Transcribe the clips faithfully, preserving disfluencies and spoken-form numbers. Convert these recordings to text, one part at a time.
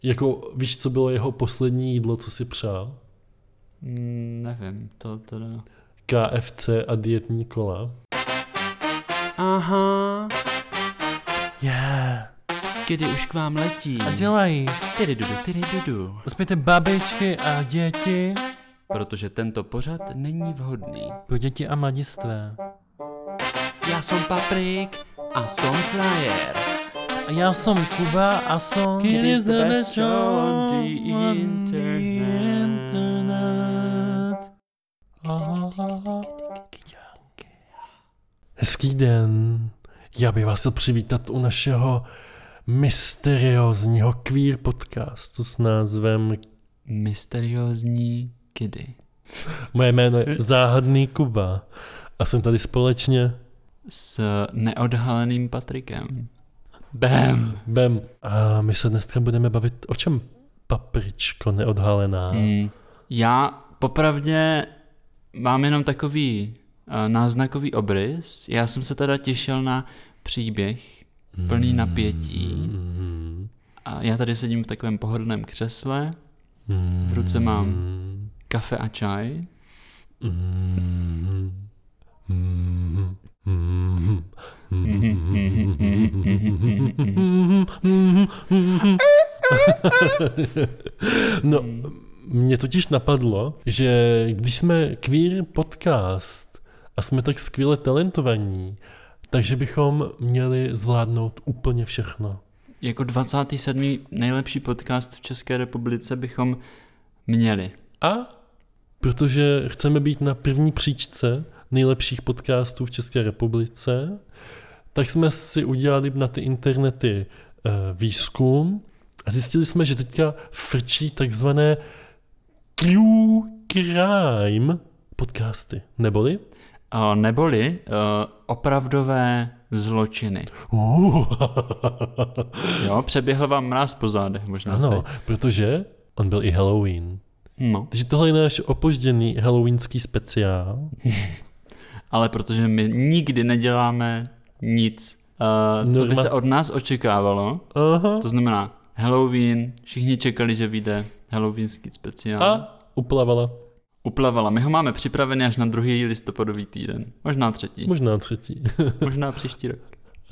Jako, víš, co bylo jeho poslední jídlo, co si přál? Mm, nevím, to teda... K F C a dietní kola. Aha. Yeah. Kdy už k vám letí. A dělají. Tyry dudu, tyry dudu. Uspějte babičky a děti. Protože tento pořad není vhodný. Pro děti a mladistvé. Já jsem Paprik a jsem Flyer. A já jsem Kuba a jsem... It is the best show on the internet. Hezký den. Já bych vás chtěl přivítat u našeho mysteriózního queer podcastu s názvem Mysteriózní kidy. Moje jméno je Záhadný Kuba a jsem tady společně S neodhaleným Patrikem. Bam. Bem. A my se dneska budeme bavit o čem, papričko neodhalená? Hmm. Já popravdě mám jenom takový uh, náznakový obrys. Já jsem se teda těšil na příběh plný napětí. Mm. A já tady sedím v takovém pohodlném křesle. V ruce mám kafe a čaj. Mm. Mm. Mm. No, mě totiž napadlo, že když jsme queer podcast a jsme tak skvěle talentovaní, takže bychom měli zvládnout úplně všechno. Jako dvacátý sedmý nejlepší podcast v České republice bychom měli. A protože chceme být na první příčce nejlepších podcastů v České republice, tak jsme si udělali na ty internety uh, výzkum a zjistili jsme, že teďka frčí takzvané true crime podcasty. Neboli? Uh, neboli uh, opravdové zločiny. Uh. Jo, přeběhl vám mráz po zádech možná. Ano, teď. protože on byl i Halloween. No. Takže tohle je náš opožděný halloweenský speciál. Ale protože my nikdy neděláme nic, uh, co by Norma- se od nás očekávalo. Aha. To znamená Halloween, všichni čekali, že vyjde halloweenský speciál. A uplavala. Uplavala. My ho máme připravený až na druhý listopadový týden. Možná třetí. Možná třetí. Možná příští rok.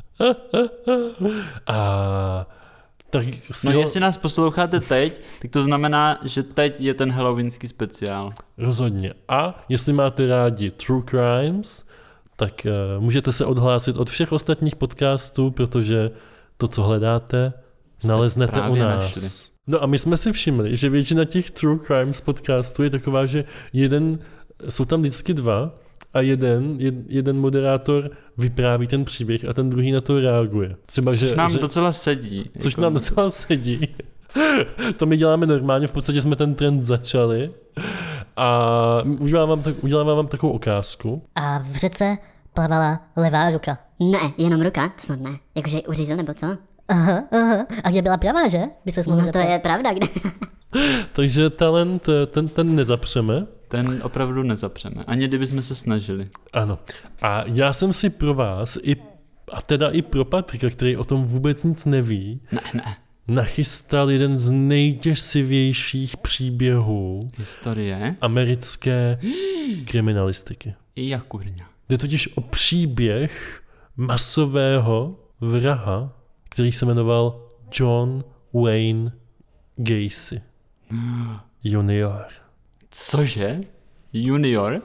A tak si No ho... jestli nás posloucháte teď, tak to znamená, že teď je ten halloweenský speciál. Rozhodně. A jestli máte rádi True Crimes, tak uh, můžete se odhlásit od všech ostatních podcastů, protože to, co hledáte, Jste naleznete u právě nás. našli. No a my jsme si všimli, že většina těch True Crimes podcastů je taková, že jeden, jsou tam vždycky dva a jeden, jed, jeden moderátor vypráví ten příběh a ten druhý na to reaguje. Třeba, Což že, nám že, docela sedí. Což jako... nám docela sedí. To my děláme normálně, v podstatě jsme ten trend začali a udělám vám, tak, udělám vám takovou ukázku. A v řece plavala levá ruka. Ne, jenom ruka, to snad ne. Jakože ji uřízl nebo co? Aha, aha. A kde byla pravá, že? By se No to je pravda, kde? Takže talent, ten, ten nezapřeme. Ten opravdu nezapřeme, ani kdybychom se snažili. Ano. A já jsem si pro vás, i, a teda i pro Patrika, který o tom vůbec nic neví, Ne, ne. nachystal jeden z nejděsivějších příběhů Historie. americké kriminalistiky. Jak kurňa. Jde totiž o příběh masového vraha, který se jmenoval John Wayne Gacy junior. Cože? Junior?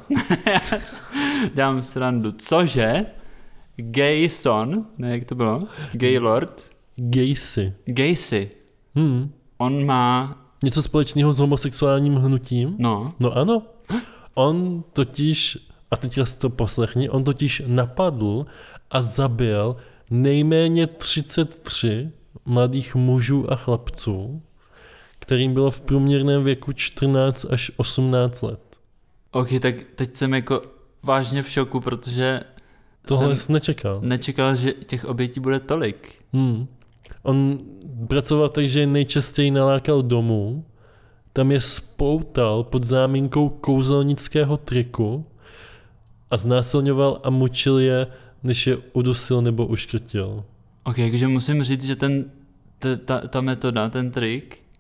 Dám srandu. Cože? Gayson? Ne, jak to bylo? Gaylord? Gacy. Gacy. Hmm. On má... Něco společného s homosexuálním hnutím? No. No ano. On totiž, a teď si to poslechni, on totiž napadl a zabil nejméně třicet tři mladých mužů a chlapců, kterým bylo v průměrném věku čtrnáct až osmnáct let. Ok, tak teď jsem jako vážně v šoku, protože Tohle jsem jsi nečekal. nečekal, že těch obětí bude tolik. Hmm. On pracoval tak, že nejčastěji nalákal domů, tam je spoutal pod záminkou kouzelnického triku a znásilňoval a mučil je, než je udusil nebo uškrtil. Ok, takže musím říct, že ten, ta, ta, ta metoda, ten trik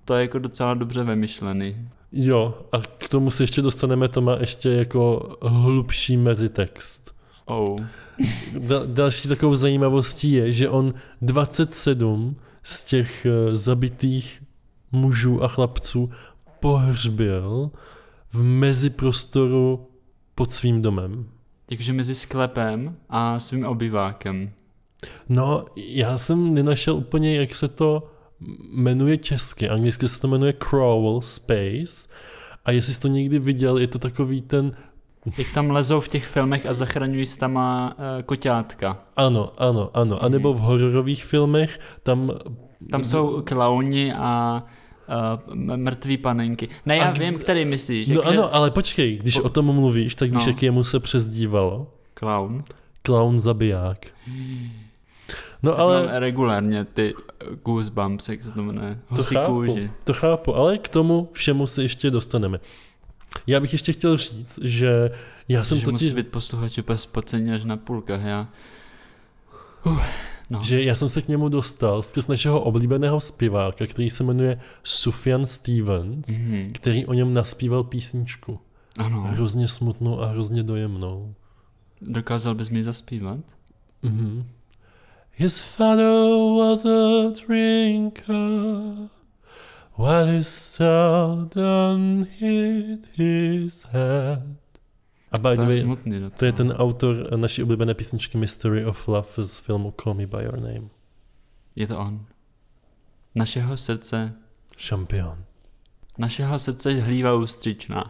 To je jako docela dobře vymyšlený. Jo, a k tomu se ještě dostaneme, to má ještě jako hlubší mezitext. Oh. Da- další takovou zajímavostí je, že on dvacet sedm z těch uh, zabitých mužů a chlapců pohřbil v meziprostoru pod svým domem. Takže mezi sklepem a svým obyvákem. No, já jsem nenašel úplně, jak se to jmenuje česky. Anglicky se to jmenuje Crawl Space. A jestli jsi to někdy viděl, je to takový ten... Jak tam lezou v těch filmech a zachraňují s tama uh, koťátka. Ano, ano, ano. A nebo v hororových filmech tam... Tam jsou klauni a uh, mrtví panenky. Ne, já a... vím, který myslíš. No jak ano, je... ale počkej, když o tom mluvíš, tak víš, No. jak jemu se přezdívalo? Klaun. Klaun zabiják. No Tak ale... mám regulárně ty goosebumps, jak se to jmenuje. To Husí chápu, kůži. to chápu, ale k tomu všemu se ještě dostaneme. Já bych ještě chtěl říct, že já jsem Že totiž... musí být posluchač úplně spocený až na půlkách, já... Uh, no. Že já jsem se k němu dostal skrz našeho oblíbeného zpěváka, který se jmenuje Sufjan Stevens, Mhm. který o něm naspíval písničku. Ano, Hrozně smutnou a hrozně dojemnou. dokázal bys mi zaspívat? Mhm. His father was a drinker, while his son hid his head. A by To the je way, smutný docela. to je ten autor naší oblíbené písničky Mystery of Love z filmu Call Me By Your Name. Je to on. Našeho srdce, Šampion. našeho srdce hlíva ústřičná.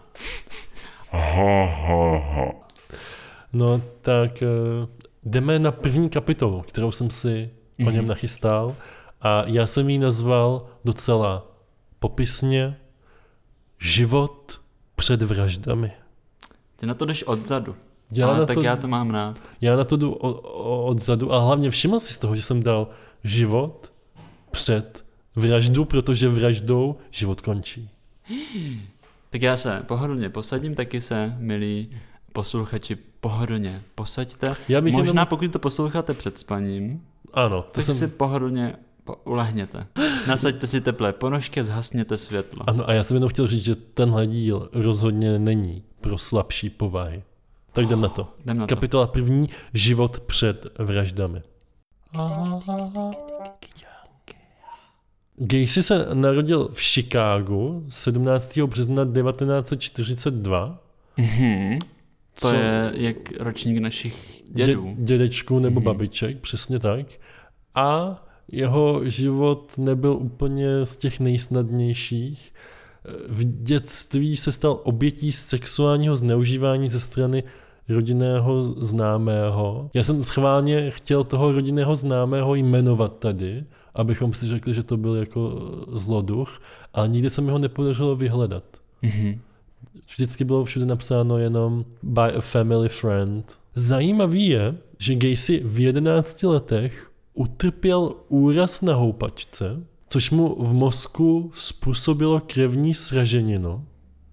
No tak uh, jdeme na první kapitolu, kterou jsem si mm-hmm. o něm nachystal a já jsem ji nazval docela popisně Život před vraždami. Ty na to jdeš odzadu. Já Ale na tak to, já to mám rád. já na to jdu o, o, odzadu a hlavně všiml si z toho, že jsem dal život před vraždu, protože vraždou život končí. Tak já se pohodlně posadím, taky se, milí posluchači, pohodlně posaďte. Já bych Možná jenom- pokud to posloucháte před spaním, Ano, to tak jsem... si pohodlně po- ulehněte. Nasaďte si teplé ponožky a zhasněte světlo. Ano, a já jsem jenom chtěl říct, že tenhle díl rozhodně není pro slabší povahy. Tak jdem na to. Jdem na to. Kapitola první, život před vraždami. Gacy se narodil v Chicagu sedmnáctého března devatenáct set čtyřicet dva. Mhm. To Co- je jak ročník našich dědů. Dě, dědečků nebo Mhm. babiček, přesně tak. A jeho život nebyl úplně z těch nejsnadnějších. V dětství se stal obětí sexuálního zneužívání ze strany rodinného známého. Já jsem schválně chtěl toho rodinného známého jmenovat tady, abychom si řekli, že to byl jako zloduch, ale nikdy se mi ho nepodařilo vyhledat. Mhm. Vždycky bylo všude napsáno jenom by a family friend. Zajímavý je, že Gacy v jedenácti letech utrpěl úraz na houpačce, což mu v mozku způsobilo krevní sraženinu,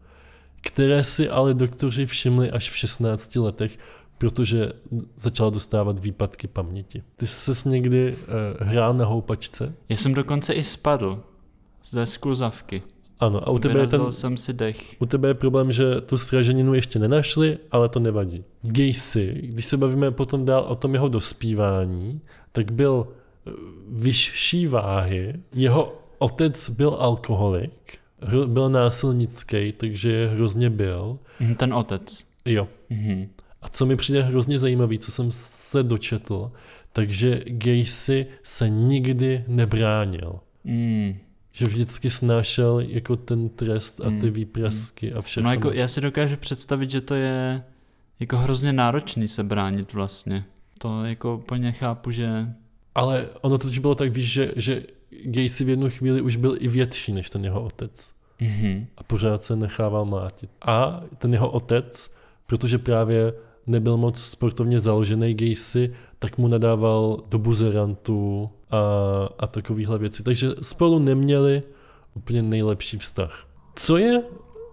které si ale doktoři všimli až v šestnácti letech, protože začal dostávat výpadky paměti. Ty jsi ses někdy uh, hrál na houpačce? Já jsem dokonce i spadl ze skluzavky. Ano, a u tebe je ten... Vyrazil jsem si dech. U tebe je problém, že tu sraženinu ještě nenašli, ale to nevadí. Gacy, když se bavíme potom dál o tom jeho dospívání, tak byl eh, vyšší váhy, jeho otec byl alkoholik, hro- byl násilnický, takže je hrozně byl. Mhm, ten otec. Jo. Mhm. A co mi přijde hrozně zajímavý, co jsem se dočetl, takže Gacy se nikdy nebránil. Mm. Že vždycky snášel jako ten trest a ty Mm. výprasky a všechno. No jako já si dokážu představit, že to je jako hrozně náročný se bránit vlastně. To jako úplně chápu, že... Ale ono totiž bylo tak, víš, že, že Gacy v jednu chvíli už byl i větší než ten jeho otec. Mhm. A pořád se nechával mlátit. A ten jeho otec, protože právě nebyl moc sportovně založený Gacy, tak mu nadával do buzerantů a, a takovýhle věci. Takže spolu neměli úplně nejlepší vztah. Co je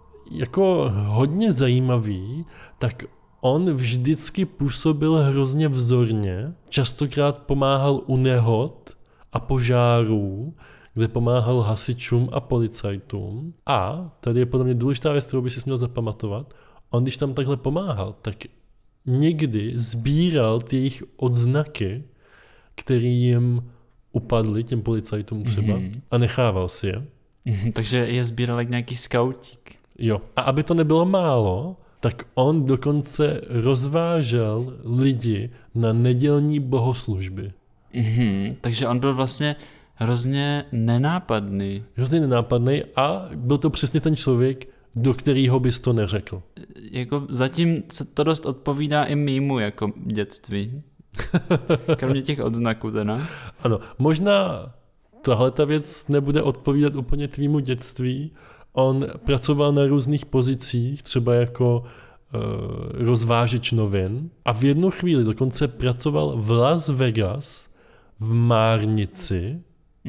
jako hodně zajímavý, tak on vždycky působil hrozně vzorně, častokrát pomáhal u nehod a požárů, kde pomáhal hasičům a policajtům. A tady je podle mě důležitá věc, kterou by si měl zapamatovat. On, když tam takhle pomáhal, tak někdy sbíral ty jejich odznaky, které jim upadly, těm policajtům třeba, mm-hmm. a nechával si je. Mm-hmm, takže je sbíral jak nějaký skautík. Jo. A aby to nebylo málo, tak on dokonce rozvážel lidi na nedělní bohoslužby. Mm-hmm, takže on byl vlastně hrozně nenápadný. Hrozně nenápadný a byl to přesně ten člověk, do kterého bys to neřekl. Jako zatím se to dost odpovídá i mýmu jako dětství. Kromě těch odznaků teda. Ano, možná tahle ta věc nebude odpovídat úplně tvýmu dětství. On pracoval na různých pozicích, třeba jako uh, rozvážeč novin a v jednu chvíli dokonce pracoval v Las Vegas v Márnici,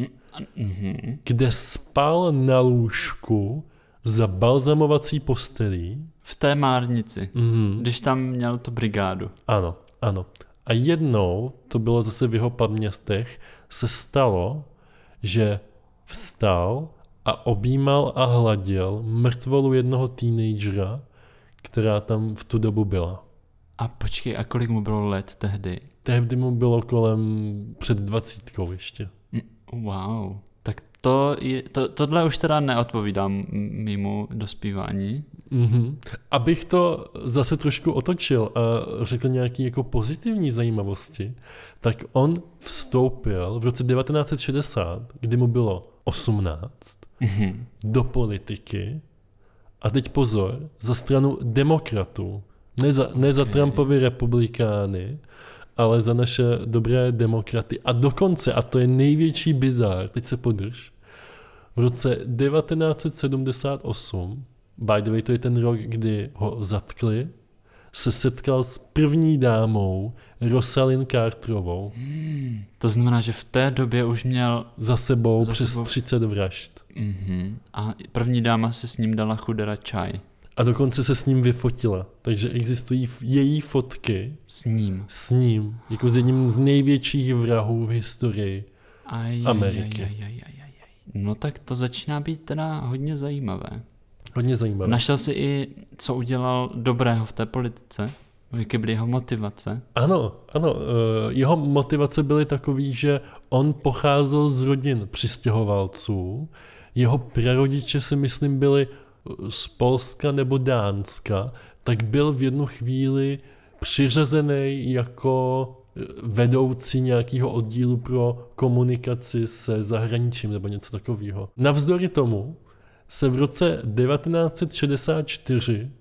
Mm-hmm. kde spal na lůžku za balzamovací postelí. V té Márnici, Mm-hmm. když tam měl tu brigádu. Ano, ano. A jednou, to bylo zase v jeho paměstech, se stalo, že vstal a objímal a hladil mrtvolu jednoho teenagera, která tam v tu dobu byla. A počkej, a kolik mu bylo let tehdy? Tehdy mu bylo kolem před dvacítkou ještě. Wow, tak to je, to, tohle už teda neodpovídám mimo dospívání. Mm-hmm. Abych to zase trošku otočil a řekl nějaké jako pozitivní zajímavosti, tak on vstoupil v roce devatenáct set šedesát, kdy mu bylo osmnáct, Mm-hmm. do politiky a teď pozor, za stranu demokratů, ne za, ne za Okay. Trumpovy republikány, ale za naše dobré demokraty. A dokonce, a to je největší bizár, teď se podrž, v roce devatenáct set sedmdesát osm, by the way, to je ten rok, kdy ho zatkli, se setkal s první dámou Rosalind Carterovou. Hmm. To znamená, že v té době už měl... Za sebou Za přes sebou- třicet vražd. Mm-hmm. A první dáma se s ním dala chudera čaj. A dokonce se s ním vyfotila. Takže existují f- její fotky S ním. s ním, jako s jedním z největších vrahů v historii Aj, Ameriky. Aj, aj, aj, aj, aj. No tak to začíná být teda hodně zajímavé. Hodně zajímavé. Našel si i, co udělal dobrého v té politice? Jaké byly jeho motivace? Ano, ano. eh, Jeho motivace byly takový, že on pocházel z rodin přistěhovalců. Jeho prarodiče si myslím byli z Polska nebo Dánska, tak byl v jednu chvíli přiřazený jako vedoucí nějakého oddílu pro komunikaci se zahraničím nebo něco takového. Navzdory tomu se v roce devatenáct set šedesát čtyři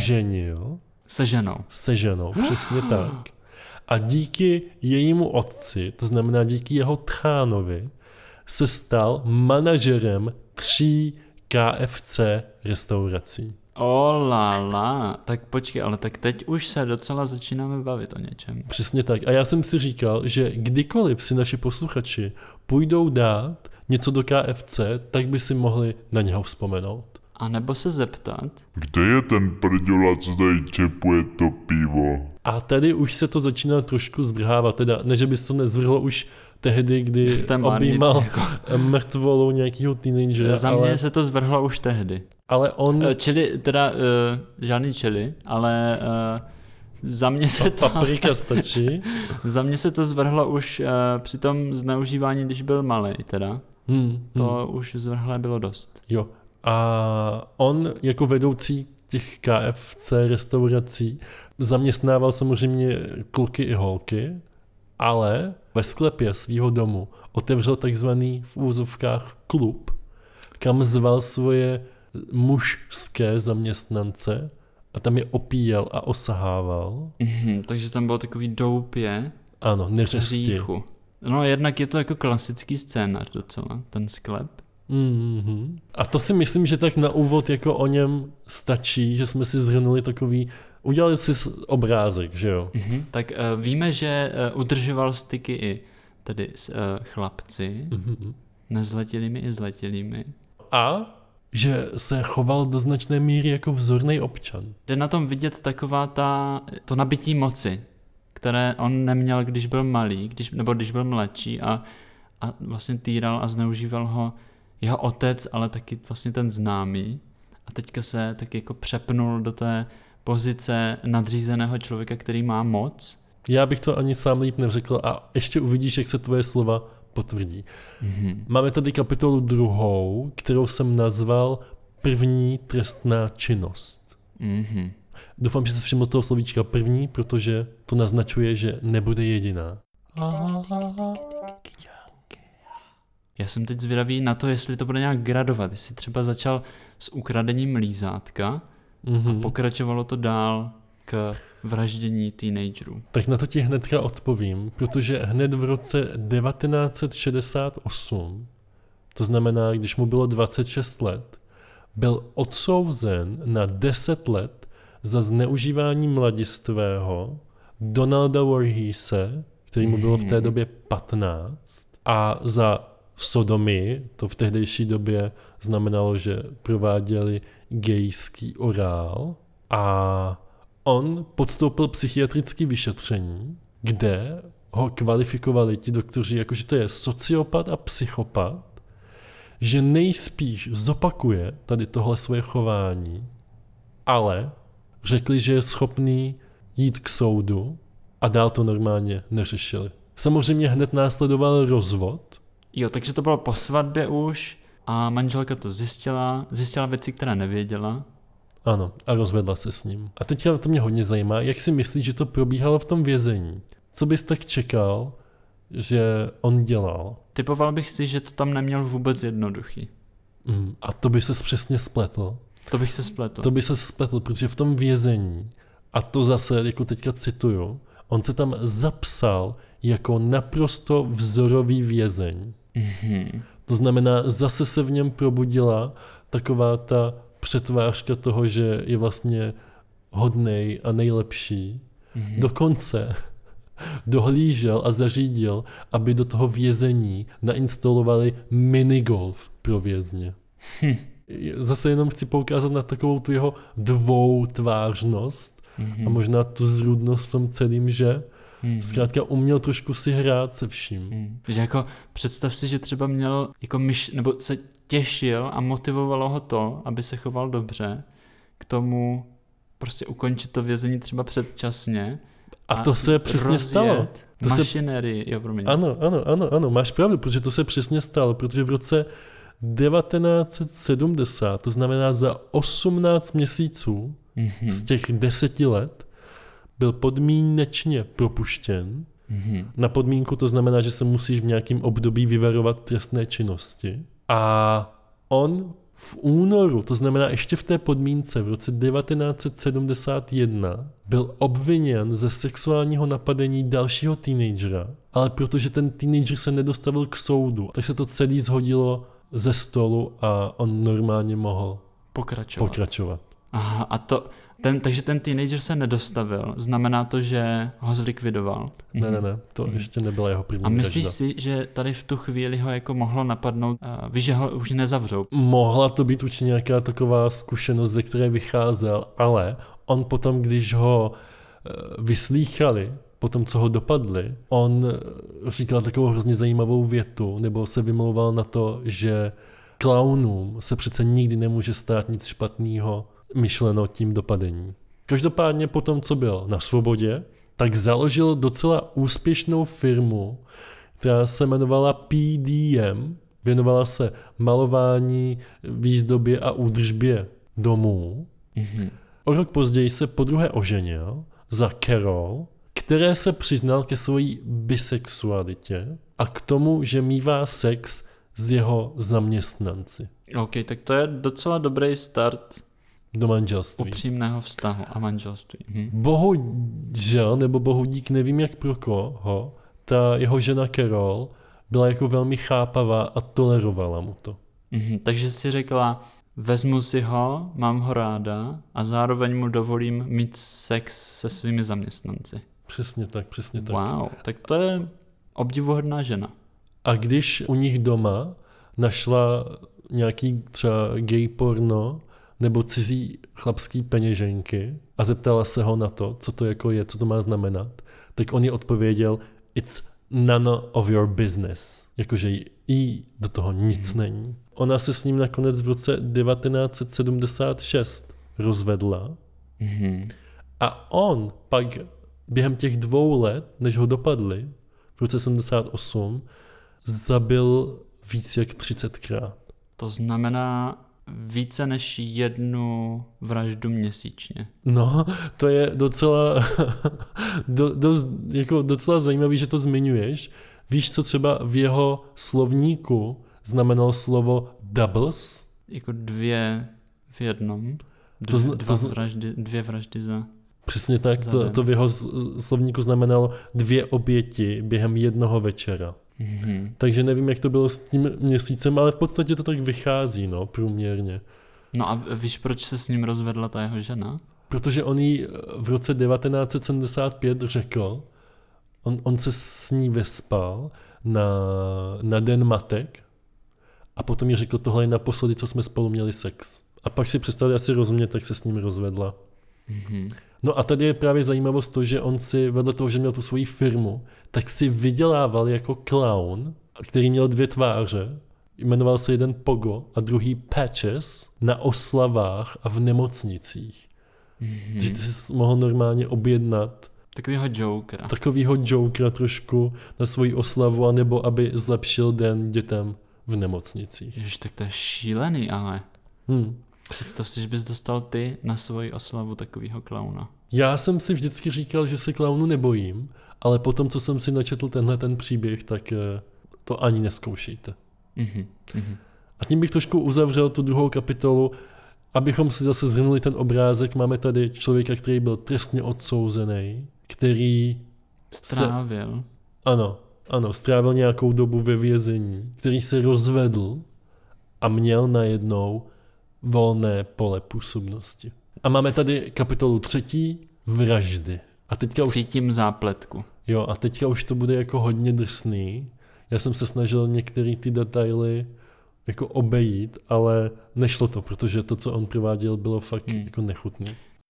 oženil Se ženou. se ženou, přesně tak. A díky jejímu otci, to znamená díky jeho tchánovi, se stal manažerem tří K F C restaurací. O la la, tak počkej, ale tak teď už se docela začínáme bavit o něčem. Přesně tak. A já jsem si říkal, že kdykoliv si naši posluchači půjdou dát něco do K F C, tak by si mohli na něho vzpomenout. A nebo se zeptat, Kde je ten prďola, co tady čepuje to pivo? A tady už se to začíná trošku zvrhávat, teda ne, že by se to nezvrhlo už tehdy, kdy v té Márnici, objímal jako. mrtvolou nějakého teenagera, za mě ale, se to zvrhlo už tehdy. ale on... Eh, Čili, teda, uh, žádný čili, ale uh, za mě se to... Paprika stačí. Za mě se to zvrhlo už uh, při tom zneužívání, když byl malý, teda. Hmm, To hmm. už zvrhlé bylo dost. Jo. A on jako vedoucí těch K F C restaurací zaměstnával samozřejmě kluky i holky, ale ve sklepě svýho domu otevřel takzvaný v úzovkách klub, kam zval svoje mužské zaměstnance a tam je opíjel a osahával. Mhm, takže tam bylo takový doupě Ano, neřesti. říchu. No jednak je to jako klasický scénář docela, ten sklep. Mm-hmm. A to si myslím, že tak na úvod jako o něm stačí, že jsme si zhrnuli takový, udělali si s- obrázek, že jo? Mhm. Tak uh, víme, že uh, udržoval styky i tedy s uh, chlapci, Mm-hmm. nezletilými i zletilými. A že se choval do značné míry jako vzorný občan. Jde na tom vidět taková ta, to nabití moci, které on neměl, když byl malý, když, nebo když byl mladší a a vlastně týral a zneužíval ho jeho otec, ale taky vlastně ten známý. A teďka se tak jako přepnul do té pozice nadřízeného člověka, který má moc. Já bych to ani sám líp neřekl a ještě uvidíš, jak se tvoje slova potvrdí. Mm-hmm. Máme tady kapitolu druhou, kterou jsem nazval První trestná činnost. Mm-hmm. Doufám, že se všiml toho slovíčka první, protože to naznačuje, že nebude jediná. Já jsem teď zvědavý na to, jestli to bude nějak gradovat. Jestli třeba začal s ukradením lízátka Mm-hmm. a pokračovalo to dál k vraždění teenagerů. Tak na to ti hnedka odpovím, protože hned v roce devatenáct set šedesát osm, to znamená, když mu bylo dvacet šest let, byl odsouzen na deset let za zneužívání mladistvého Donalda Voorheese, který mu bylo v té době patnáct, a za sodomii, to v tehdejší době znamenalo, že prováděli gejský orál, a on podstoupil psychiatrické vyšetření, kde ho kvalifikovali ti doktoři, jakože to je sociopat a psychopat, že nejspíš zopakuje tady tohle svoje chování, ale řekli, že je schopný jít k soudu a dál to normálně neřešili. Samozřejmě hned následoval rozvod. Jo, takže to bylo po svatbě už a manželka to zjistila, zjistila věci, které nevěděla. Ano, a rozvedla se s ním. A teď to mě hodně zajímá, jak si myslíš, že to probíhalo v tom vězení? Co bys tak čekal, že on dělal? Typoval bych si, že to tam neměl vůbec jednoduchý. Mm, a to by ses přesně spletl. To bych se spletl. To by se spletl, protože v tom vězení, a to zase, jako teďka cituju, on se tam zapsal jako naprosto vzorový vězeň. Mm-hmm. To znamená, zase se v něm probudila taková ta přetvářka toho, že je vlastně hodnej a nejlepší. Mm-hmm. Dokonce dohlížel a zařídil, aby do toho vězení nainstalovali minigolf pro vězně. Hm. Zase jenom chci poukázat na takovou tu jeho dvoutvářnost Mm-hmm. a možná tu zrůdnost v tom celým, že Mm-hmm. zkrátka uměl trošku si hrát se vším. Mm. Že jako představ si, že třeba měl jako myš, nebo se těšil a motivovalo ho to, aby se choval dobře, k tomu prostě ukončit to vězení třeba předčasně. A, a to se přesně stalo. To mašinerii, se... jo, promiň. Ano, ano, ano, ano, máš pravdu, protože to se přesně stalo, protože v roce devatenáct set sedmdesát, to znamená za osmnáct měsíců mm-hmm. z těch deseti let, byl podmínečně propuštěn. Mm-hmm. Na podmínku to znamená, že se musíš v nějakém období vyvarovat trestné činnosti. A on v únoru, to znamená ještě v té podmínce v roce devatenáct set sedmdesát jedna, byl obviněn ze sexuálního napadení dalšího teenagera, ale protože ten teenager se nedostavil k soudu, tak se to celé zhodilo ze stolu a on normálně mohl pokračovat. pokračovat. Aha, a to, ten, takže ten teenager se nedostavil, znamená to, že ho zlikvidoval. Ne, ne, ne, to mm. ještě nebyla jeho první A myslíš vražda. si, že tady v tu chvíli ho jako mohlo napadnout, uh, víš, že ho už nezavřou? Mohla to být určitě nějaká taková zkušenost, ze které vycházel, ale on potom, když ho uh, vyslýchali, po tom, co ho dopadli, on říkal takovou hrozně zajímavou větu, nebo se vymlouval na to, že klaunům se přece nikdy nemůže stát nic špatného, myšleno tím dopadení. Každopádně po tom, co byl na svobodě, tak založil docela úspěšnou firmu, která se jmenovala P D M, věnovala se malování, výzdobě a údržbě domů. Mm-hmm. O rok později se podruhé oženil za Carol, které se přiznal ke své bisexualitě a k tomu, že mívá sex s jeho zaměstnanci. OK, tak to je docela dobrý start do manželství. upřímného vztahu a manželství. Mhm. Bohužel, nebo bohudík, nevím jak pro koho, ta jeho žena Carol byla jako velmi chápavá a tolerovala mu to. Mhm, takže si řekla, vezmu si ho, mám ho ráda a zároveň mu dovolím mít sex se svými zaměstnanci. Přesně tak, přesně tak. Wow, tak to je obdivuhodná žena. A když u nich doma našla nějaký třeba gay porno nebo cizí chlapský peněženky a zeptala se ho na to, co to jako je, co to má znamenat, tak on jí odpověděl, it's none of your business. Jakože jí do toho nic Mhm. není. Ona se s ním nakonec v roce devatenáct set sedmdesát šest rozvedla Mhm. a on pak během těch dvou let, než ho dopadli, v roce sedmdesát osm, zabil víc jak třicetkrát. To znamená více než jednu vraždu měsíčně. No, to je docela, do, dost, jako docela zajímavý, že to zmiňuješ. Víš, co třeba v jeho slovníku znamenalo slovo doubles? Jako dvě v jednom. Dv, To zna- dva to zna- vraždy, dvě vraždy za... Přesně tak, Za to, den. to v jeho s- slovníku znamenalo dvě oběti během jednoho večera. Mhm. Takže nevím, jak to bylo s tím měsícem, ale v podstatě to tak vychází, no, průměrně. No a víš, proč se s ním rozvedla ta jeho žena? Protože on jí v roce devatenáct set sedmdesát pět řekl, on, on se s ní vyspal na, na den matek a potom jí řekl, tohle je naposledy, co jsme spolu měli sex. A pak si přestali asi rozumět, tak se s ním rozvedla. Mhm. No a tady je právě zajímavost to, že on si vedle toho, že měl tu svoji firmu, tak si vydělával jako clown, který měl dvě tváře. Jmenoval se jeden Pogo a druhý Patches na oslavách a v nemocnicích. Mhm. Že ty jsi mohl normálně objednat Takovýho jokera. takovýho jokera trošku na svoji oslavu, anebo aby zlepšil den dětem v nemocnicích. Ježiš, tak to je šílený, ale Hmm. představ si, že bys dostal ty na svoji oslavu takovýho klauna. Já jsem si vždycky říkal, že se klaunu nebojím, ale potom, co jsem si načetl tenhle ten příběh, tak eh, to ani neskoušejte. Mhm. Mhm. A tím bych trošku uzavřel tu druhou kapitolu, abychom si zase zhrnuli ten obrázek. Máme tady člověka, který byl trestně odsouzený, který, Strávil. ano, ano, strávil nějakou dobu ve vězení, který se rozvedl a měl najednou volné pole působnosti. A máme tady kapitolu třetí, vraždy. A teďka už, Cítím zápletku. jo, a teďka už to bude jako hodně drsný. Já jsem se snažil některé ty detaily jako obejít, ale nešlo to, protože to, co on prováděl, bylo fakt Hmm. jako nechutný.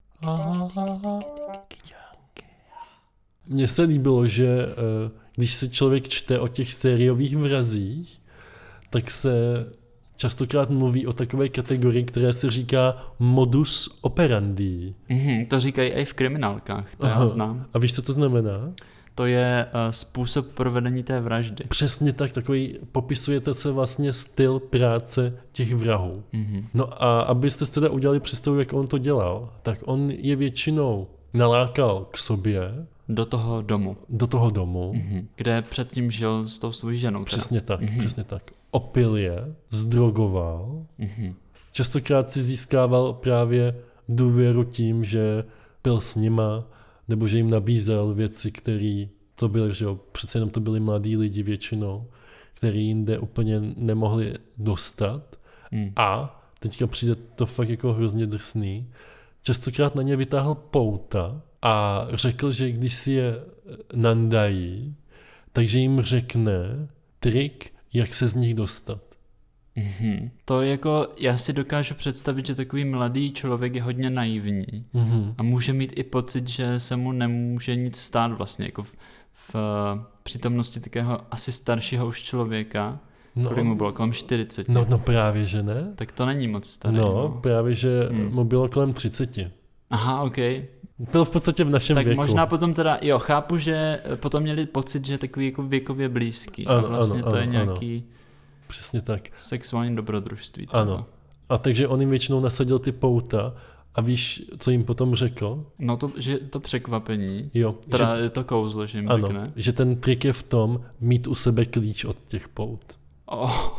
Mně se líbilo, že eh, když se člověk čte o těch sériových vrazích, tak se častokrát mluví o takové kategorii, která se říká modus operandi. Mhm, to říkají i v kriminálkách, to Aha. já znám. A víš, co to znamená? To je uh, způsob provedení té vraždy. Přesně tak, takový, popisujete se vlastně styl práce těch vrahů. Mhm. No a abyste si teda udělali představu, jak on to dělal, tak on je většinou nalákal k sobě, Do toho domu, do toho domu, mhm. kde předtím žil s tou svojí ženou. Teda. přesně tak, Mhm. přesně tak. Opil je, zdrogoval, Mhm. častokrát si získával právě důvěru tím, že byl s nima, nebo že jim nabízel věci, které to byly, že jo, přece jenom to byli mladí lidi většinou, který jinde úplně nemohli dostat. Mhm. A teďka přijde to fakt jako hrozně drsný. Častokrát na ně vytáhl pouta a řekl, že když si je nandají, takže jim řekne trik, jak se z nich dostat. Mhm. To jako, já si dokážu představit, že takový mladý člověk je hodně naivní Mhm. a může mít i pocit, že se mu nemůže nic stát vlastně, jako v, v přítomnosti takového asi staršího už člověka, No, kolik mu bylo, kolem čtyřicet. no, no právě, že ne? Tak to není moc starý. No, No. právě, že Hmm. mu bylo kolem třiceti. Aha, ok. Byl v podstatě v našem Tak věku. možná potom teda, jo, chápu, že potom měli pocit, že je takový jako věkově blízký. Ano, a vlastně ano, to je ano, nějaký Přesně tak. sexuální dobrodružství. třeba. Ano. A takže on jim většinou nasadil ty pouta a víš, co jim potom řekl? No to, že to překvapení, Jo, teda že, je to kouzlo, že jim ano, řekne. že ten trik je v tom mít u sebe klíč od těch pout. Oh.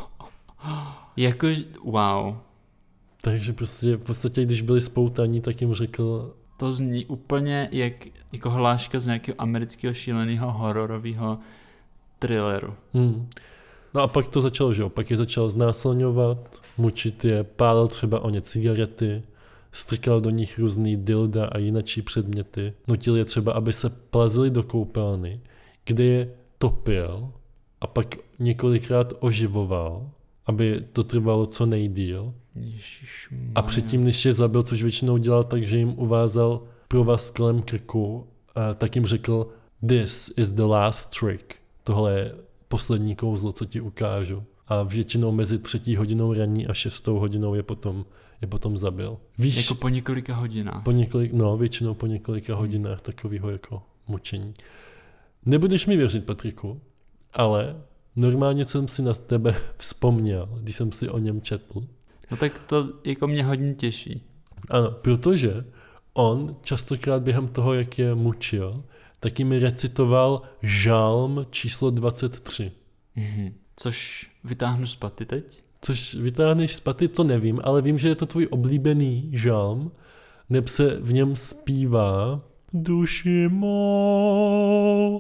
Jako, wow. Takže prostě v podstatě, když byli spoutaní, tak jim řekl, To zní úplně jak jako hláška z nějakého amerického šíleného hororového thrilleru. hm. No a pak to začalo, že jo, pak je začal znásilňovat, mučit je, pálil třeba o ně cigarety, strkal do nich různý dilda a jinačí předměty, nutil je třeba, aby se plazili do koupelny, kde je topil a pak několikrát oživoval, aby to trvalo co nejdýl. Ježišmarja. A předtím, než je zabil, což většinou dělal tak, že jim uvázal provaz kolem krku, a tak jim řekl, this is the last trick. tohle je poslední kouzlo, co ti ukážu. A většinou mezi třetí hodinou ranní a šestou hodinou je potom, je potom zabil. Víš, Jako po několika hodinách. po několik, no většinou po několika hodinách takového jako mučení. Nebudeš mi věřit, Patriku, ale normálně jsem si na tebe vzpomněl, když jsem si o něm četl. No tak to jako mě hodně těší. Ano, protože on častokrát během toho, jak je mučil, taky mi recitoval žálm číslo dvacet tři. Mhm. Což vytáhnu z paty teď. Což vytáhneš z paty, to nevím, ale vím, že je to tvůj oblíbený žálm, neb se v něm zpívá Duši mou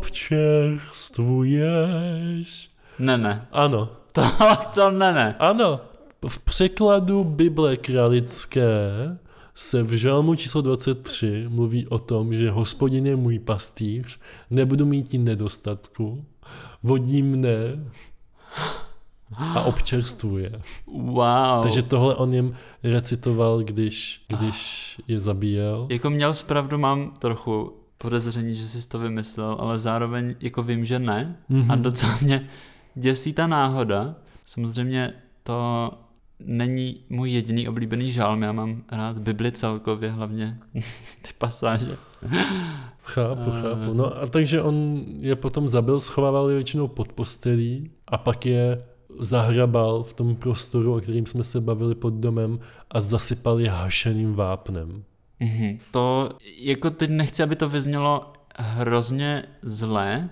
občerstvuješ. Ne, ne. Ano, To, to ne, ne. ano. V překladu Bible kralické se v žalmu číslo dvacet tři mluví o tom, že Hospodin je můj pastýř, nebudu mít i nedostatku, vodí mne a občerstvuje. Wow. Takže tohle on jim recitoval, když, když je zabíjel. Jako měl zpravdu, mám trochu podezření, že jsi to vymyslel, ale zároveň jako vím, že ne. Mhm. A docela mě děsí ta náhoda. Samozřejmě to není můj jediný oblíbený žálm, já mám rád Bibli celkově, hlavně ty pasáže. Chápu, chápu. No a takže on je potom zabil, schovával je většinou pod postelí a pak je zahrabal v tom prostoru, o kterým jsme se bavili pod domem a zasypal je hašeným vápnem. Mhm. To, jako teď nechci, aby to vyznělo hrozně zlé,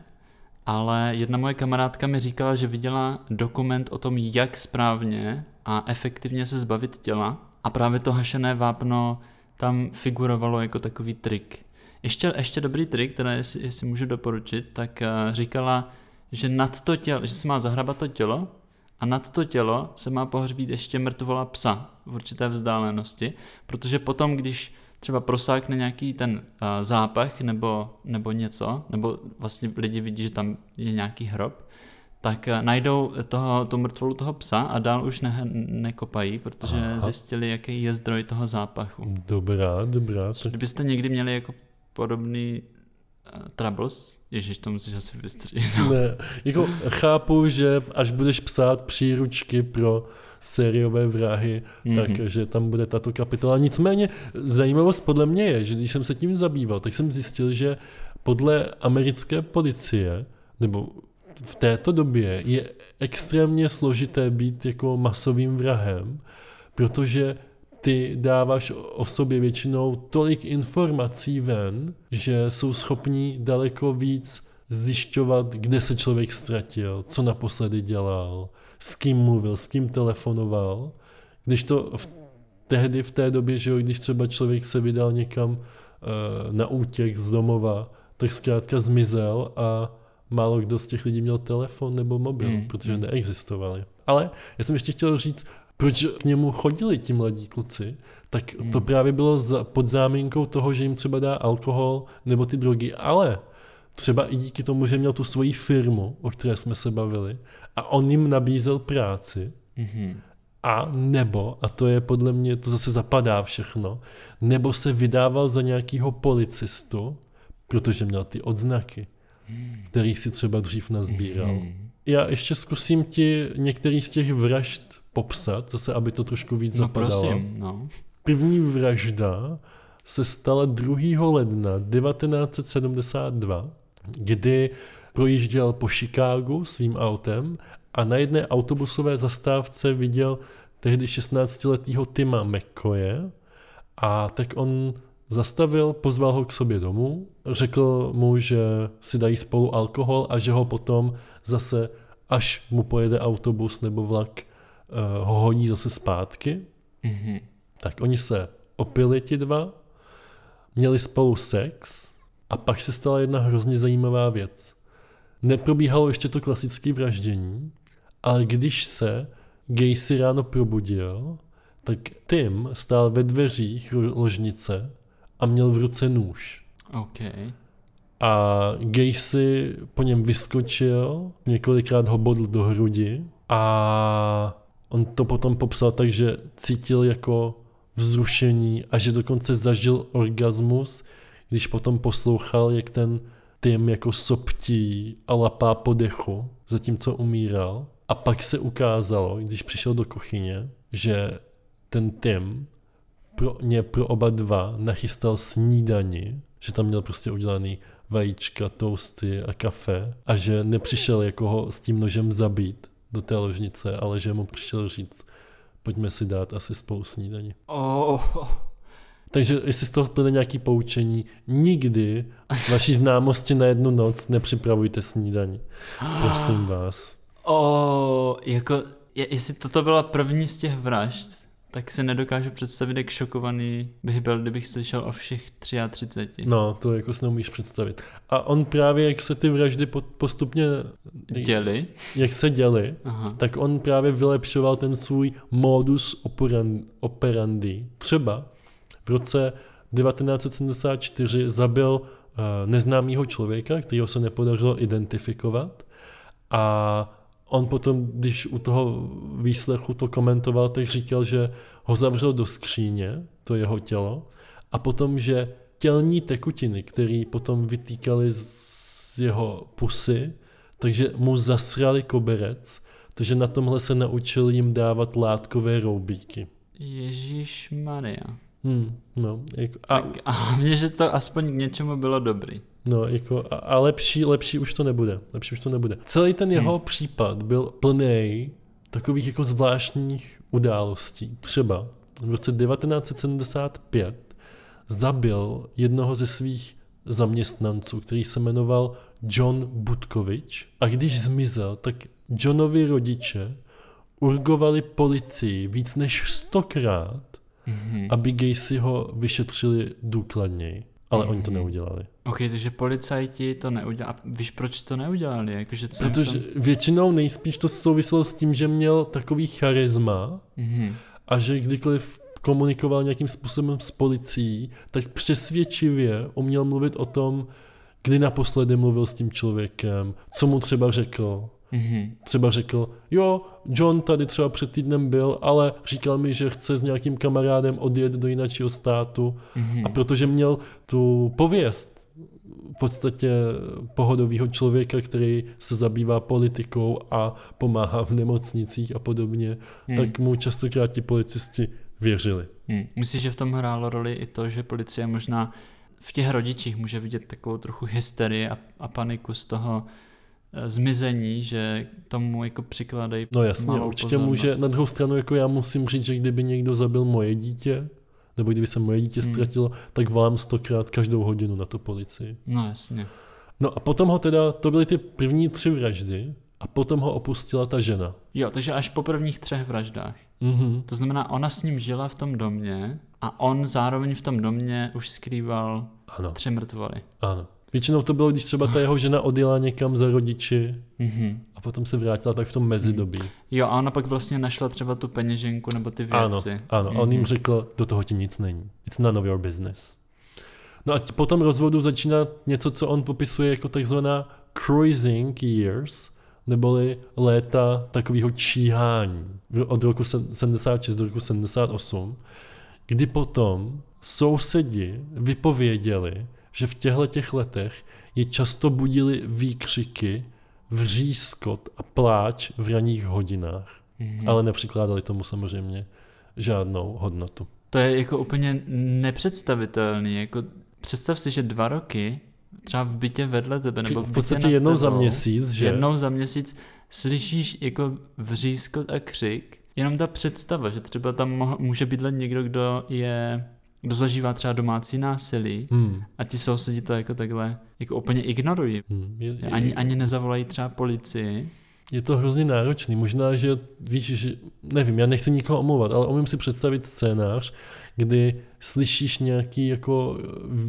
ale jedna moje kamarádka mi říkala, že viděla dokument o tom, jak správně a efektivně se zbavit těla a právě to hašené vápno tam figurovalo jako takový trik. Ještě, ještě dobrý trik, teda jestli, jestli můžu doporučit, tak uh, říkala, že nad to tělo, že se má zahrabat to tělo a nad to tělo se má pohřbít ještě mrtvola psa v určité vzdálenosti, protože potom, když třeba prosákne nějaký ten uh, zápach nebo, nebo něco, nebo vlastně lidi vidí, že tam je nějaký hrob, tak uh, najdou toho, tu mrtvolu toho psa a dál už ne, nekopají, protože Aha. zjistili, jaký je zdroj toho zápachu. Dobrá, dobrá. Tak Kdybyste někdy měli jako podobný uh, troubles, ježiš, to musíš asi vystřihnout. ne, jako chápu, že až budeš psát příručky pro sériové vrahy, Mhm. takže tam bude tato kapitola. Nicméně zajímavost podle mě je, že když jsem se tím zabýval, tak jsem zjistil, že podle americké policie, nebo v této době je extrémně složité být jako masovým vrahem, protože ty dáváš o sobě většinou tolik informací ven, že jsou schopní daleko víc zjišťovat, kde se člověk ztratil, co naposledy dělal, s kým mluvil, s kým telefonoval. Když to v, tehdy v té době, že jo, když třeba člověk se vydal někam uh, na útěk z domova, tak zkrátka zmizel a málo kdo z těch lidí měl telefon nebo mobil, Mm, protože mm. neexistovali. Ale já jsem ještě chtěl říct, proč k němu chodili ti mladí kluci, tak Mm. to právě bylo za, pod záminkou toho, že jim třeba dá alkohol nebo ty drogy, ale třeba i díky tomu, že měl tu svoji firmu, o které jsme se bavili, a on jim nabízel práci, Mhm. a nebo, a to je podle mě, to zase zapadá všechno, nebo se vydával za nějakého policistu, protože měl ty odznaky, který si třeba dřív nazbíral. Mhm. Já ještě zkusím ti některý z těch vražd popsat, zase aby to trošku víc No zapadalo. prosím, no. První vražda se stala druhého ledna devatenáct set sedmdesát dva, kdy projížděl po Chicagu svým autem a na jedné autobusové zastávce viděl tehdy šestnáctiletého Tima McCoye a tak on zastavil, pozval ho k sobě domů, řekl mu, že si dají spolu alkohol a že ho potom zase, až mu pojede autobus nebo vlak, uh, ho hodí zase zpátky. Mhm. Tak oni se opili ti dva, měli spolu sex a pak se stala jedna hrozně zajímavá věc. Neprobíhalo ještě to klasické vraždění, ale když se Gacy ráno probudil, tak Tim stál ve dveřích ložnice a měl v ruce nůž. OK. A Gacy po něm vyskočil, několikrát ho bodl do hrudi a on to potom popsal tak, že cítil jako vzrušení a že dokonce zažil orgasmus, když potom poslouchal, jak ten Tim jako soptí a lapá po dechu, zatímco umíral. A pak se ukázalo, když přišel do kuchyně, že ten Tim pro ně pro oba dva nachystal snídani, že tam měl prostě udělaný vajíčka, toasty a kafe a že nepřišel jako ho s tím nožem zabít do té ložnice, ale že mu přišel říct, pojďme si dát asi spolu snídani. Oh. Takže jestli z toho plyne nějaký poučení, nikdy vaší známosti na jednu noc nepřipravujte snídani. Prosím vás. Oh, jako, je, jestli toto byla první z těch vražd, tak se nedokážu představit, jak šokovaný bych byl, kdybych slyšel o všech třiceti tři. No, to jako si neumíš představit. A on právě, jak se ty vraždy postupně děli, jak se děli, Aha. tak on právě vylepšoval ten svůj modus operandi. Třeba v roce devatenáct set sedmdesát čtyři zabil uh, neznámého člověka, kterého se nepodařilo identifikovat, a on potom, když u toho výslechu to komentoval, tak říkal, že ho zavřel do skříně, to jeho tělo, a potom, že tělní tekutiny, které potom vytýkaly z jeho pusy, takže mu zasrali koberec, takže na tomhle se naučil jim dávat látkové roubíky. Ježišmarja. Hmm, no, jako, a, tak, a hlavně, že to aspoň k něčemu bylo dobrý. No, jako, a, a lepší, lepší už to nebude. Lepší už to nebude. Celý ten jeho hmm. případ byl plný takových jako zvláštních událostí. Třeba v roce devatenáct set sedmdesát pět zabil jednoho ze svých zaměstnanců, který se jmenoval John Butkovič. A když zmizel, tak Johnovi rodiče urgovali policii víc než stokrát, mm-hmm. aby Gacy ho vyšetřili důkladněji. Ale mm-hmm. oni to neudělali. Ok, takže policajti to neudělali. Víš, proč to neudělali? Jakože co Protože tam... většinou nejspíš to souviselo s tím, že měl takový charisma mm-hmm. a že kdykoliv komunikoval nějakým způsobem s policií, tak přesvědčivě uměl mluvit o tom, kdy naposledy mluvil s tím člověkem, co mu třeba řekl. Mm-hmm. Třeba řekl, jo, John tady třeba před týdnem byl, ale říkal mi, že chce s nějakým kamarádem odjet do jiného státu, mm-hmm. a protože měl tu pověst v podstatě pohodového člověka, který se zabývá politikou a pomáhá v nemocnicích a podobně, mm. tak mu častokrát ti policisti věřili. Mm. Myslíš, že v tom hrálo roli i to, že policie možná v těch rodičích může vidět takovou trochu hysterii a, a paniku z toho zmizení, že tomu jako přikládají no jasně, malou určitě pozornost. Může, na druhou stranu jako já musím říct, že kdyby někdo zabil moje dítě, nebo kdyby se moje dítě hmm. ztratilo, tak volám stokrát každou hodinu na tu policii. No jasně. No a potom ho teda, to byly ty první tři vraždy, a potom ho opustila ta žena. Jo, takže až po prvních třech vraždách. Mm-hmm. To znamená, ona s ním žila v tom domě a on zároveň v tom domě už skrýval ano. tři mrtvoly. Ano. Většinou to bylo, když třeba ta jeho žena odjela někam za rodiči mm-hmm. a potom se vrátila tak v tom mezidobí. Jo, a ona pak vlastně našla třeba tu peněženku nebo ty věci. Ano, ano. Mm-hmm. A on jim řekl, do toho ti nic není. It's none of your business. No a po tom rozvodu začíná něco, co on popisuje jako takzvaná cruising years, neboli léta takového číhání od roku sedmdesát šest do roku sedmdesát osm, kdy potom sousedi vypověděli, že v těchto těch letech je často budili výkřiky, vřískot a pláč v ranních hodinách. Mm-hmm. Ale nepřikládali tomu samozřejmě žádnou hodnotu. To je jako úplně nepředstavitelný. Jako představ si, že dva roky třeba v bytě vedle tebe, nebo v, v podstatě jednou tebou, za měsíc, že? Jednou za měsíc slyšíš jako vřískot a křik. Jenom ta představa, že třeba tam může bydlet někdo, kdo je, kdo zažívá třeba domácí násilí hmm. a ti sousedi to jako takhle jako úplně ignorují. Hmm. Je, je, ani, ani nezavolají třeba policii. Je to hrozně náročný. Možná, že víš, že nevím, já nechci nikoho omlouvat, ale umím si představit scénář, kdy slyšíš nějaký jako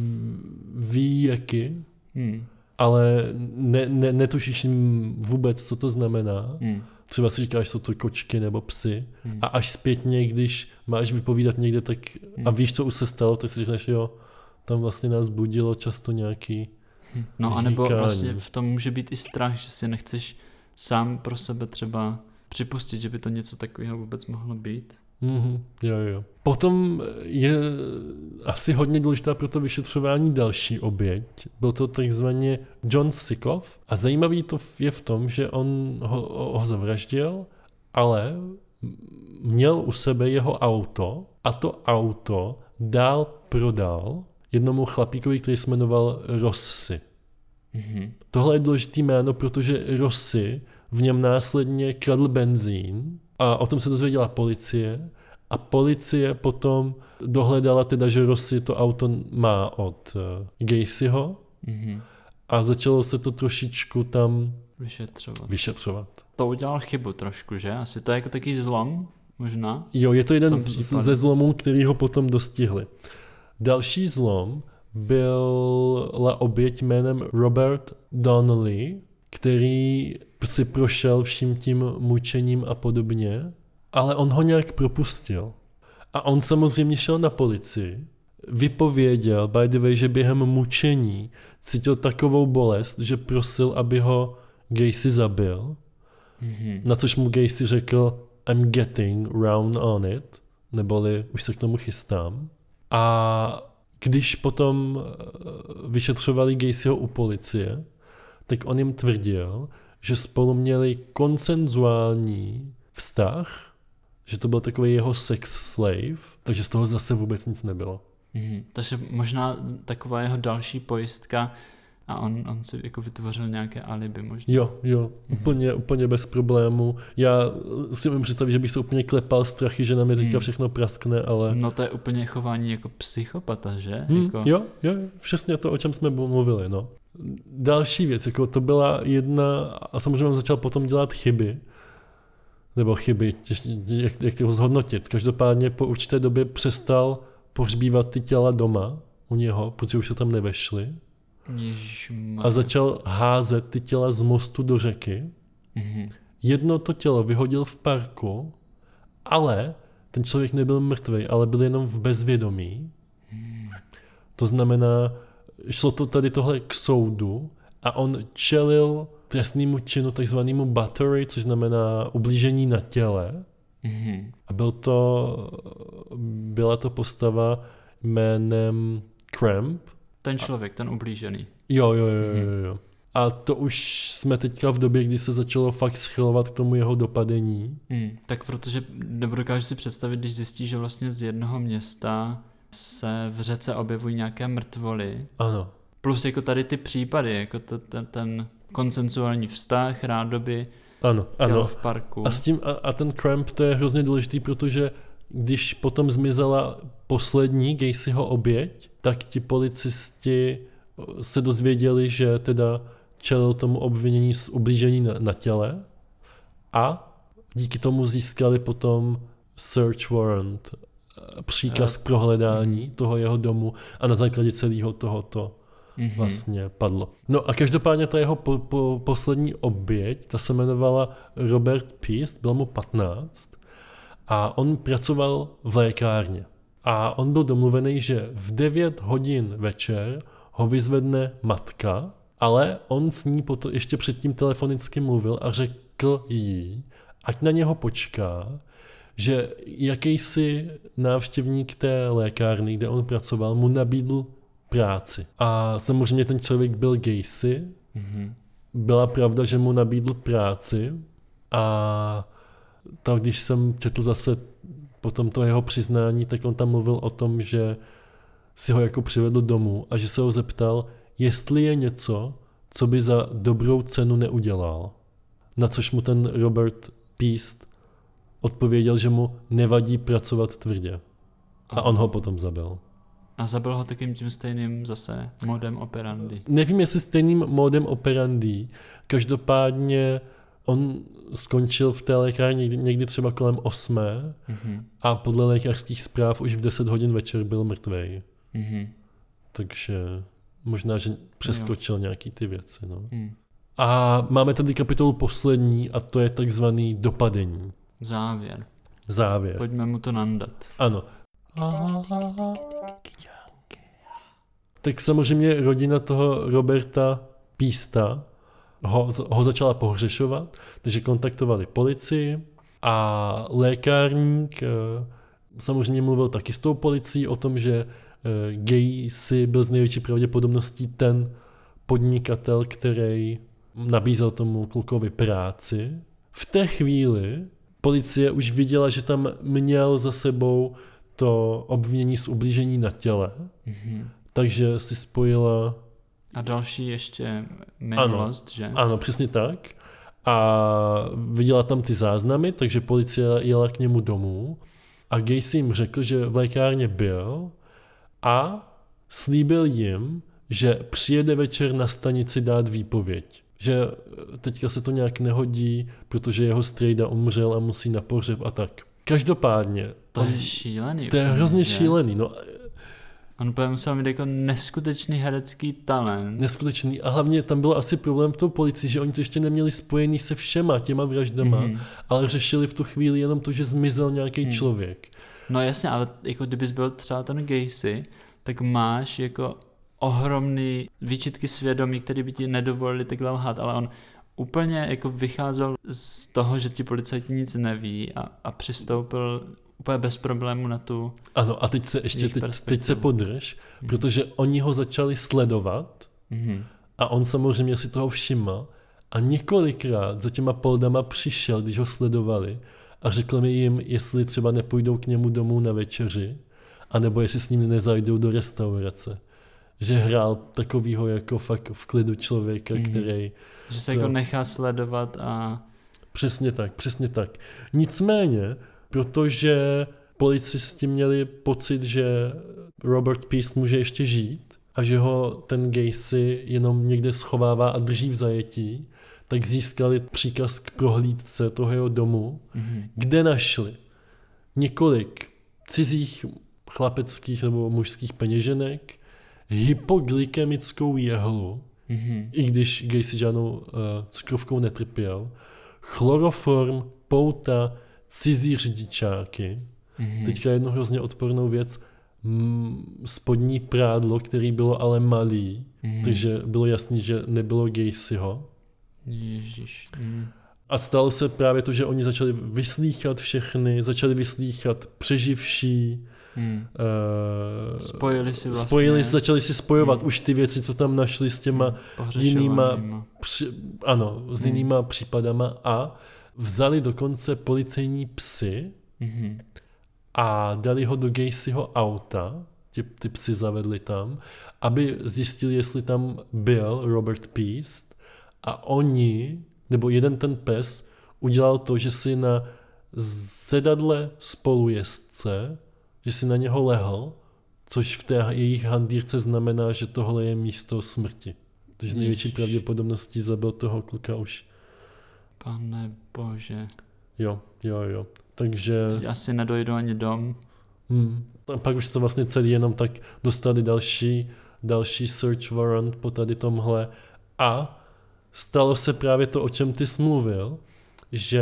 výjeky, hmm. ale ne, ne, netušíš vůbec, co to znamená. Hmm. Třeba si říkáš, jsou to kočky nebo psy. Hmm. A až zpětně, když máš vypovídat někde tak hmm. a víš, co už se stalo, tak si říkáš, jo, tam vlastně nás budilo často nějaký hmm. No anebo vlastně v tom může být i strach, že si nechceš sám pro sebe třeba připustit, že by to něco takového vůbec mohlo být. Mm-hmm, jo, jo. Potom je asi hodně důležitá pro to vyšetřování další oběť. Byl to takzvaně John Sikoff a zajímavý to je v tom, že on ho, ho zavraždil, ale měl u sebe jeho auto a to auto dál prodal jednomu chlapíkovi, který se jmenoval Rossi. Mm-hmm. Tohle je důležitý jméno, protože Rossi v něm následně kradl benzín a o tom se dozvěděla policie a policie potom dohledala teda, že Rossi to auto má od uh, Gacyho Mm-hmm. a začalo se to trošičku tam Vyšetřovat. vyšetřovat. To udělal chybu trošku, že? Asi to je jako takový zlom, možná. Jo, je to jeden tom z, případě. ze zlomů, který ho potom dostihli. Další zlom byla oběť jménem Robert Donnelly, který si prošel vším tím mučením a podobně, ale on ho nějak propustil. A on samozřejmě šel na policii, vypověděl, by the way, že během mučení cítil takovou bolest, že prosil, aby ho Gacy zabil, Mm-hmm. na což mu Gacy řekl I'm getting round on it, neboli už se k tomu chystám. A když potom vyšetřovali Gacyho u policie, tak on jim tvrdil, že spolu měli konsenzuální vztah, že to byl takový jeho sex slave, takže z toho zase vůbec nic nebylo. Mm-hmm. Takže možná taková jeho další pojistka a on, on si jako vytvořil nějaké alibi možná. Jo, jo, úplně, úplně bez problému. Já si umím představit, že bych se úplně klepal strachy, že na mě teďka Hmm. všechno praskne, ale... No to je úplně chování jako psychopata, že? Hmm, jako... Jo, jo, přesně to, o čem jsme mluvili, no. Další věc, jako to byla jedna, a samozřejmě on začal potom dělat chyby, nebo chyby, těž, jak, jak to zhodnotit. Každopádně po určité době přestal pohřbívat ty těla doma u něho, protože už se tam nevešly. Ježišmar. A začal házet ty těla z mostu do řeky. Mm-hmm. Jedno to tělo vyhodil v parku, ale ten člověk nebyl mrtvý, ale byl jenom v bezvědomí. To znamená, šlo to tady tohle k soudu a on čelil trestnému činu takzvanému battery, což znamená ublížení na těle. Mm-hmm. A byl to, byla to postava jménem Cramp. Ten člověk, ten ublížený. Jo, jo, jo, jo, jo. A to už jsme teďka v době, kdy se začalo fakt schylovat k tomu jeho dopadení. Mm. Tak protože, nebo dokážu si představit, když zjistí, že vlastně z jednoho města se v řece objevují nějaké mrtvoly. Ano. Plus jako tady ty případy, jako to, ten, ten konsenzuální vztah, rádoby, Ano, tělo ano. v parku. A, s tím, a, a ten Cramp, to je hrozně důležitý, protože když potom zmizela poslední Gacyho oběť, tak ti policisti se dozvěděli, že teda čelil tomu obvinění z ublížení na, na těle a díky tomu získali potom search warrant, příkaz k prohledání toho jeho domu a na základě celého tohoto Mm-hmm. vlastně padlo. No a každopádně ta jeho po, po, poslední oběť, ta se jmenovala Robert Peast, bylo mu patnáct a on pracoval v lékárně. A on byl domluvený, že v devět hodin večer ho vyzvedne matka, ale on s ní potom ještě předtím telefonicky mluvil a řekl jí, ať na něho počká, že jakýsi návštěvník té lékárny, kde on pracoval, mu nabídl práci. A samozřejmě ten člověk byl Gacy. Mm-hmm. Byla pravda, že mu nabídl práci a tak když jsem četl zase potom to jeho přiznání, tak on tam mluvil o tom, že si ho jako přivedl domů a že se ho zeptal, jestli je něco, co by za dobrou cenu neudělal. Na což mu ten Robert Peast odpověděl, že mu nevadí pracovat tvrdě. A on ho potom zabil. A zabil ho takým tím stejným zase modem operandi. Nevím, jestli stejným modem operandi, každopádně on skončil v té lékárně někdy, někdy třeba kolem osmé Mm-hmm. a podle lékařských zpráv už v deset hodin večer byl mrtvej. Mm-hmm. Takže možná, že přeskočil jo. nějaký ty věci. No. Mm. A máme tady kapitolu poslední a to je takzvaný dopadení. Závěr. Závěr. Pojďme mu to nandat. Ano. Tak samozřejmě rodina toho Roberta Peasta ho, ho začala pohřešovat, takže kontaktovali policii A lékárník eh, samozřejmě mluvil taky s tou policií o tom, že eh, Gacy byl z největší pravděpodobností ten podnikatel, který nabízel tomu klukovi práci. V té chvíli policie už viděla, že tam měl za sebou to obvinění z ublížení na těle, Mm-hmm. takže si spojila... A další ještě minulost, že? Ano, přesně tak. A viděla tam ty záznamy, takže policie jela k němu domů a Gacy jim řekl, že v lékárně byl a slíbil jim, že přijede večer na stanici dát výpověď. Že teďka se to nějak nehodí, protože jeho strejda umřel a musí na pohřeb a tak. Každopádně. To on, je šílený. To je hrozně že? šílený. No, on úplně musel mít jako neskutečný herecký talent. Neskutečný. A hlavně tam byl asi problém v tou policii, že oni to ještě neměli spojený se všema těma vraždama, mm-hmm. ale řešili v tu chvíli jenom to, že zmizel nějaký mm. člověk. No jasně, ale jako kdybys byl třeba ten Gacy, tak máš jako ohromný výčitky svědomí, které by ti nedovolili takhle lhát, ale on úplně jako vycházel z toho, že ti policajti nic neví a, a přistoupil úplně bez problému na tu... Ano, a teď se ještě teď, teď se podrž, mm. protože oni ho začali sledovat mm. a on samozřejmě si toho všiml a několikrát za těma poldama přišel, když ho sledovali a řekl mi jim, jestli třeba nepůjdou k němu domů na večeři, anebo jestli s ním nezajdou do restaurace. Že hrál takovýho jako fakt v klidu člověka, mm. který... Že se to... jako nechá sledovat a... Přesně tak, přesně tak. Nicméně, protože policisti měli pocit, že Robert Peace může ještě žít a že ho ten Gacy jenom někde schovává a drží v zajetí, tak získali příkaz k prohlídce toho jeho domu, mm-hmm. kde našli několik cizích chlapeckých nebo mužských peněženek, hypoglykemickou jehlu, mm-hmm. i když Gacy žádnou uh, cukrovkou netrpěl, chloroform, pouta, cizí řidičáky. Mm-hmm. Teďka jednu hrozně odpornou věc, mm, spodní prádlo, který bylo ale malý, mm-hmm. takže bylo jasný, že nebylo Gacyho. Ježiš. Mm. A stalo se právě to, že oni začali vyslýchat všechny, začali vyslýchat přeživší, Hmm. Uh, spojili si vlastně. Spojili, začali si spojovat hmm. už ty věci, co tam našli s těma jinýma, při, ano, s hmm. jinýma případama a vzali dokonce policejní psy hmm. a dali ho do Gacyho auta, ty, ty psy zavedli tam, aby zjistili, jestli tam byl Robert Peace a oni, nebo jeden ten pes, udělal to, že si na sedadle spolujezdce že si na něho lehl, což v té jejich handýrce znamená, že tohle je místo smrti. Takže z největší pravděpodobností zabil toho kluka už. Pane bože. Jo, jo, jo. Takže... Teď asi nedojdu ani dom. Hmm. A pak už to vlastně celý jenom tak dostali další, další search warrant po tady tomhle. A stalo se právě to, o čem ty jsi mluvil, že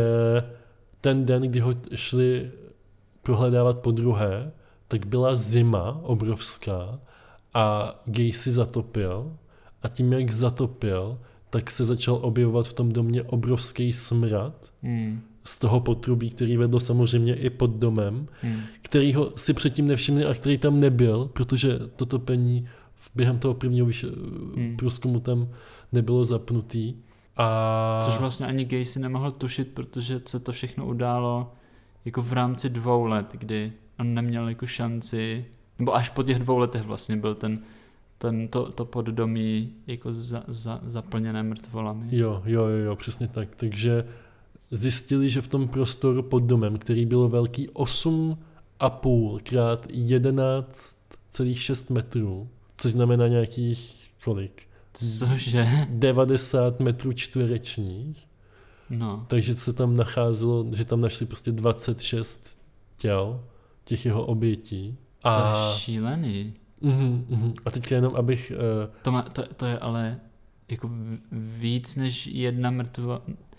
ten den, kdy ho šli prohledávat po druhé, tak byla zima obrovská a Gacy zatopil a tím, jak zatopil, tak se začal objevovat v tom domě obrovský smrad hmm. z toho potrubí, který vedl samozřejmě i pod domem, hmm. kterýho si předtím nevšimli a který tam nebyl, protože to topení během toho prvního hmm. průzkumu tam nebylo zapnutý. A... Což vlastně ani Gacy nemohl tušit, protože se to všechno událo jako v rámci dvou let, kdy on neměl jako šanci, nebo až po těch dvou letech vlastně byl ten, ten to, to poddomí jako za, za, zaplněné mrtvolami. Jo, jo, jo, jo, přesně tak. Takže zjistili, že v tom prostoru pod domem, který byl velký osm a půl krát jedenáct celá šest metrů, což znamená nějakých kolik? Cože? devadesát metrů čtverečních. No. Takže se tam nacházelo, že tam našli prostě dvacet šest těl těch jeho obětí. A... To je šílený. Uh-huh, uh-huh. A teďka jenom, abych... Uh... To, má, to, to je ale jako víc než jedna mrtvá...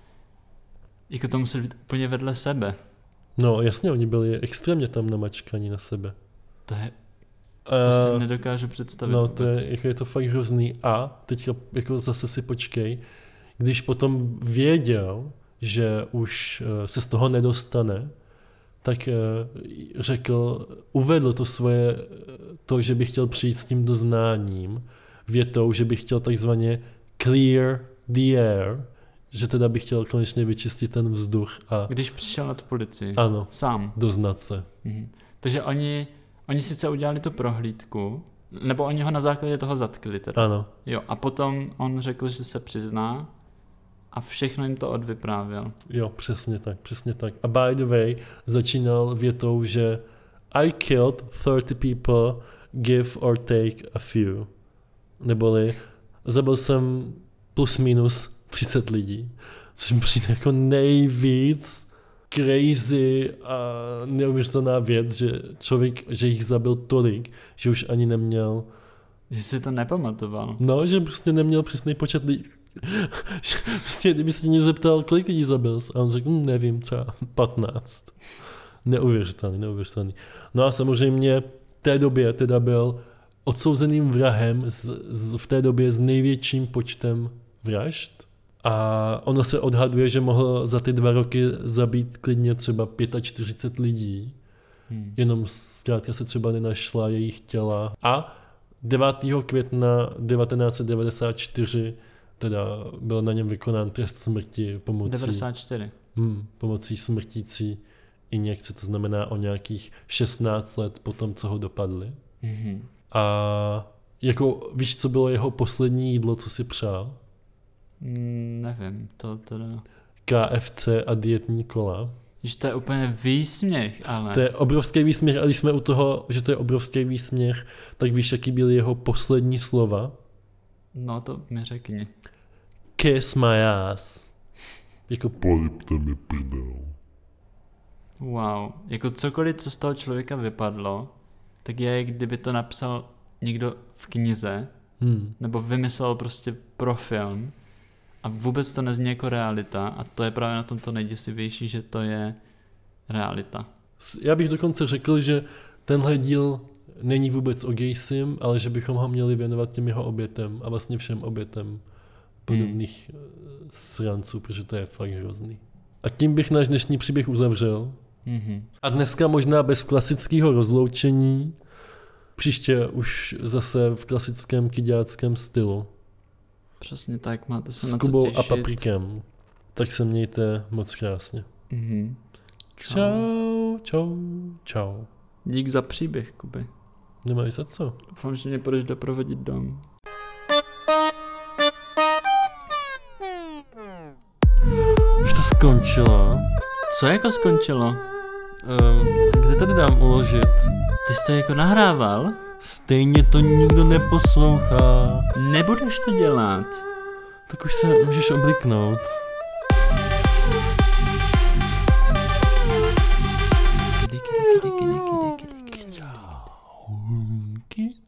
Jako to muselo být úplně vedle sebe. No jasně, oni byli extrémně tam namačkaní na sebe. To je... To si uh, nedokážu představit. No to je, jako je to fakt hrozný. A teďka jako zase si počkej, když potom věděl, že už eh, se z toho nedostane, tak eh, řekl, uvedl to svoje, to, že by chtěl přijít s tím doznáním, větou, že by chtěl takzvaně clear the air, že teda by chtěl konečně vyčistit ten vzduch a Když přišel na tu policii. ano, Sám. doznat se. Mhm. Takže oni, oni sice udělali tu prohlídku, nebo oni ho na základě toho zatkli teda. Ano, Jo, a potom on řekl, že se přizná a všechno jim to odvyprávěl. jo, přesně tak, přesně tak. A by the way, začínal větou, že I killed thirty people, give or take a few. Neboli zabil jsem plus minus třicet lidí. Což mi přijde jako nejvíc crazy a neuvěřitelná věc, že člověk, že jich zabil tolik, že už ani neměl, Že si to nepamatoval. no, že prostě neměl přesný počet lidí. Prostě, kdyby se někdo zeptal, kolik lidí zabil jsi? A on řekl, hm, nevím, třeba patnáct. Neuvěřitelný, neuvěřitelný. No a samozřejmě v té době teda byl odsouzeným vrahem z, z, v té době s největším počtem vražd. A ono se odhaduje, že mohl za ty dva roky zabít klidně třeba čtyřicet pět lidí. Hmm. Jenom zkrátka se třeba nenašla jejich těla. A devátého května devatenáct set devadesát čtyři teda byl na něm vykonán trest smrti pomocí, devadesát čtyři. hmm, pomocí smrtící injekce, to znamená o nějakých šestnáct let po tom, co ho dopadli. Mhm. A jako, víš, co bylo jeho poslední jídlo, co si přál? Mm, nevím, to teda... K F C a dietní kola. Když to je úplně výsměch, ale... To je obrovský výsměch, a když jsme u toho, že to je obrovský výsměch, tak víš, jaký byly jeho poslední slova? No to mi řekni. Kiss my ass. Jako, Polipte mi prdel. Wow. Jako cokoliv, co z toho člověka vypadlo, tak je, kdyby to napsal někdo v knize, hmm, nebo vymyslel prostě pro film a vůbec to nezní jako realita a to je právě na tom to nejděsivější, že to je realita. S- já bych dokonce řekl, že tenhle díl není vůbec o Gaysim, ale že bychom ho měli věnovat těm jeho obětem a vlastně všem obětem podobných hmm. sranců, protože to je fakt hrozný. A tím bych náš dnešní příběh uzavřel. Mhm. A dneska možná bez klasického rozloučení, příště už zase v klasickém kyďáckém stylu. Přesně tak, máte se S na co Kubou těšit. a Paprikem. Tak se mějte moc krásně. Mhm. Čau, čau, čau. Dík za příběh, Kuby. Nemáš za co? Doufám, že mě budeš doprovodit dom. Už to skončilo. Co jako skončilo? Um, kde tady dám uložit? Ty jsi to jako nahrával? Stejně to nikdo neposlouchá. Nebudeš to dělat. Tak už se můžeš obliknout. Kdy, kdy, kdy, kdy, kdy, kdy, kdy, kdy. Kdy.